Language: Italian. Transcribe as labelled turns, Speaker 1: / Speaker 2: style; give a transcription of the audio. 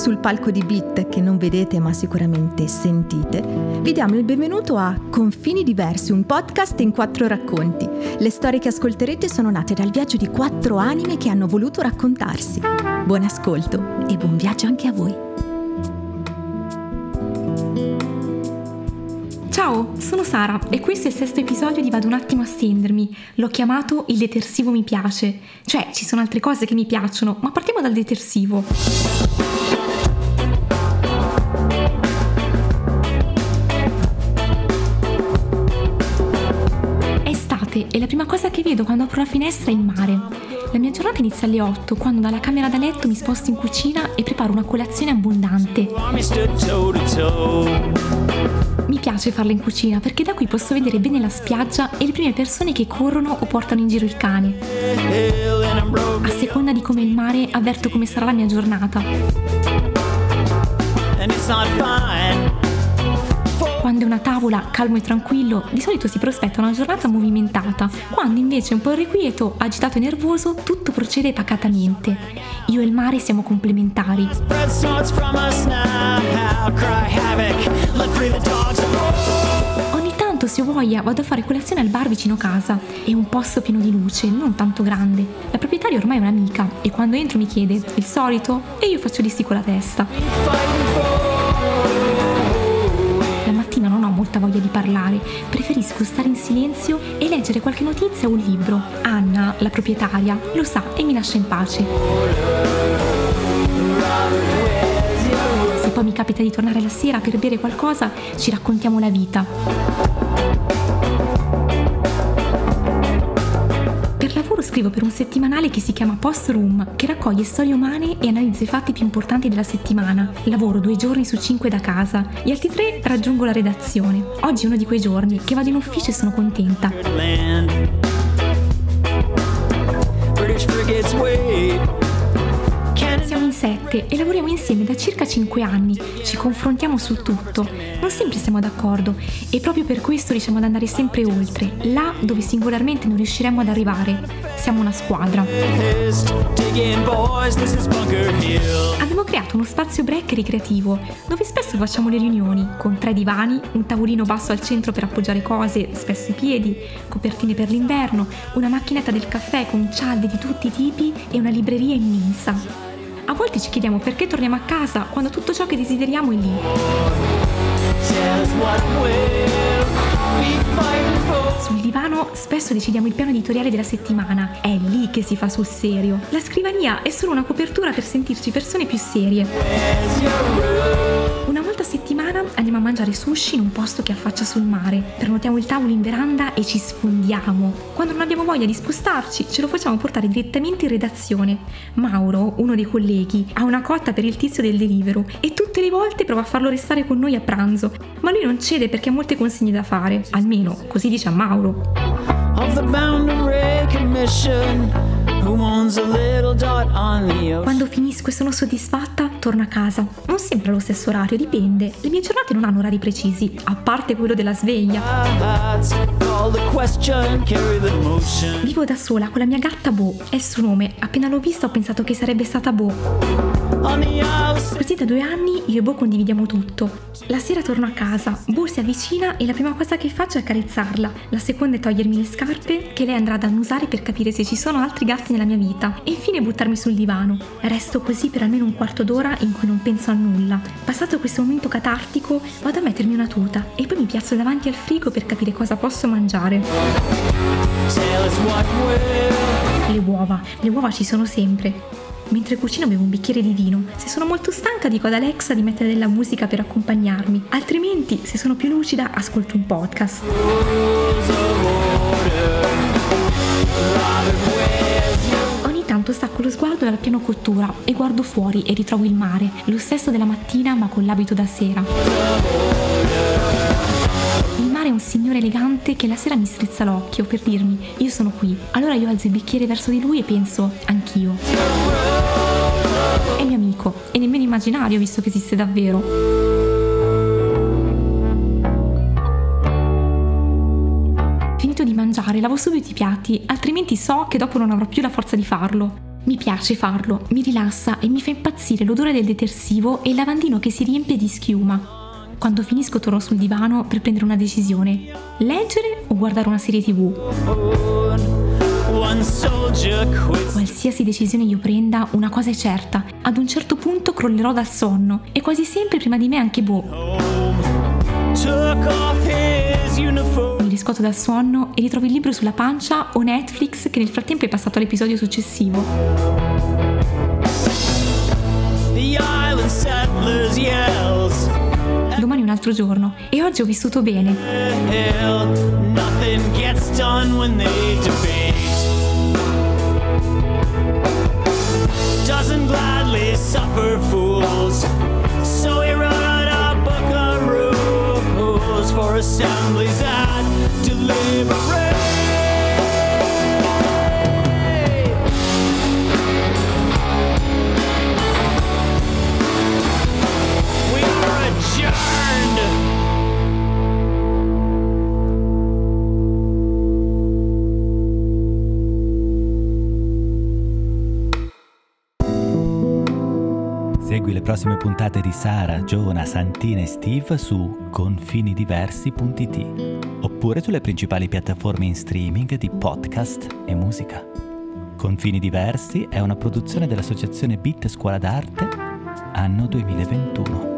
Speaker 1: sul palco di Beat, che non vedete ma sicuramente sentite, vi diamo il benvenuto a Confini Diversi, un podcast in 4 racconti. Le storie che ascolterete sono nate dal viaggio di 4 anime che hanno voluto raccontarsi. Buon ascolto e buon viaggio anche a voi.
Speaker 2: Ciao, sono Sara e questo è il 6º episodio di Vado un attimo a stendermi. L'ho chiamato il detersivo mi piace. Cioè, ci sono altre cose che mi piacciono, ma partiamo dal detersivo. È estate e la prima cosa che vedo quando apro la finestra è il mare. La mia giornata inizia alle 8, quando dalla camera da letto mi sposto in cucina e preparo una colazione abbondante. Mi piace farla in cucina perché da qui posso vedere bene la spiaggia e le prime persone che corrono o portano in giro il cane. A seconda di come è il mare, avverto come sarà la mia giornata. Quando è una tavola, calmo e tranquillo, di solito si prospetta una giornata movimentata. Quando invece è un po' irrequieto, agitato e nervoso, tutto procede pacatamente. Io e il mare siamo complementari. Ogni tanto, se ho voglia, vado a fare colazione al bar vicino casa. È un posto pieno di luce, non tanto grande. La proprietaria ormai è un'amica e quando entro mi chiede il solito e io faccio di sì con la testa. Non ho molta voglia di parlare, preferisco stare in silenzio e leggere qualche notizia o un libro. Anna, la proprietaria, lo sa e mi lascia in pace. Se poi mi capita di tornare la sera per bere qualcosa, ci raccontiamo la vita. Per lavoro scrivo per un settimanale che si chiama Post Room, che raccoglie storie umane e analizza i fatti più importanti della settimana. Lavoro 2 giorni su 5 da casa, gli altri 3 raggiungo la redazione. Oggi è uno di quei giorni che vado in ufficio e sono contenta. Siamo in 7 e lavoriamo insieme da circa 5 anni. Ci confrontiamo su tutto. Non sempre siamo d'accordo e proprio per questo riusciamo ad andare sempre oltre, là dove singolarmente non riusciremmo ad arrivare. Siamo una squadra. Abbiamo creato uno spazio break ricreativo dove spesso facciamo le riunioni con 3 divani, un tavolino basso al centro per appoggiare cose, spesso i piedi, copertine per l'inverno, una macchinetta del caffè con cialde di tutti i tipi e una libreria immensa. A volte ci chiediamo perché torniamo a casa quando tutto ciò che desideriamo è lì. Sul divano spesso decidiamo il piano editoriale della settimana. È lì che si fa sul serio. La scrivania è solo una copertura per sentirci persone più serie. Una volta a settimana andiamo a mangiare sushi in un posto che affaccia sul mare. Prenotiamo il tavolo in veranda e ci sfondiamo. Quando non abbiamo voglia di spostarci, ce lo facciamo portare direttamente in redazione. Mauro, uno dei colleghi, ha una cotta per il tizio del Deliveroo e tutte le volte prova a farlo restare con noi a pranzo. Ma lui non cede perché ha molte consegne da fare. Almeno, così dice a Mauro. Quando finisco e sono soddisfatta, torno a casa. Non sempre allo stesso orario, dipende. Le mie giornate non hanno orari precisi, a parte quello della sveglia. Vivo da sola con la mia gatta Bo, è il suo nome. Appena l'ho vista ho pensato che sarebbe stata Bo. Così da 2 anni io e Bo condividiamo tutto. La sera torno a casa, Bo si avvicina e la prima cosa che faccio è accarezzarla. La seconda è togliermi le scarpe che lei andrà ad annusare per capire se ci sono altri gatti nella mia vita e infine buttarmi sul divano. Resto così per almeno un quarto d'ora in cui non penso a nulla. Passato questo momento catartico vado a mettermi una tuta e poi mi piazzo davanti al frigo per capire cosa posso mangiare. Le uova ci sono sempre. Mentre cucino bevo un bicchiere di vino. Se sono molto stanca dico ad Alexa di mettere della musica per accompagnarmi. Altrimenti, se sono più lucida, ascolto un podcast. Ogni tanto stacco lo sguardo dalla piano cottura e guardo fuori e ritrovo il mare. Lo stesso della mattina ma con l'abito da sera. Il mare è un signore elegante che la sera mi strizza l'occhio per dirmi io sono qui. Allora io alzo il bicchiere verso di lui e penso anch'io. È mio amico e nemmeno immaginario visto che esiste davvero. Finito di mangiare lavo subito i piatti, altrimenti so che dopo non avrò più la forza di farlo. Mi piace farlo, mi rilassa e mi fa impazzire l'odore del detersivo e il lavandino che si riempie di schiuma. Quando finisco torno sul divano per prendere una decisione: leggere o guardare una serie TV? Qualsiasi decisione io prenda, una cosa è certa: ad un certo punto crollerò dal sonno, e quasi sempre prima di me anche Bo. Mi riscuoto dal sonno e ritrovo il libro sulla pancia o Netflix che nel frattempo è passato all'episodio successivo. Domani è un altro giorno e oggi ho vissuto bene. Doesn't gladly suffer fools, so he wrote a book of rules for assemblies that deliberate. We are adjourned.
Speaker 3: Segui le prossime puntate di Sara, Giona, Santina e Steve su confinidiversi.it oppure sulle principali piattaforme in streaming di podcast e musica. Confini Diversi è una produzione dell'associazione Beat Scuola d'Arte, anno 2021.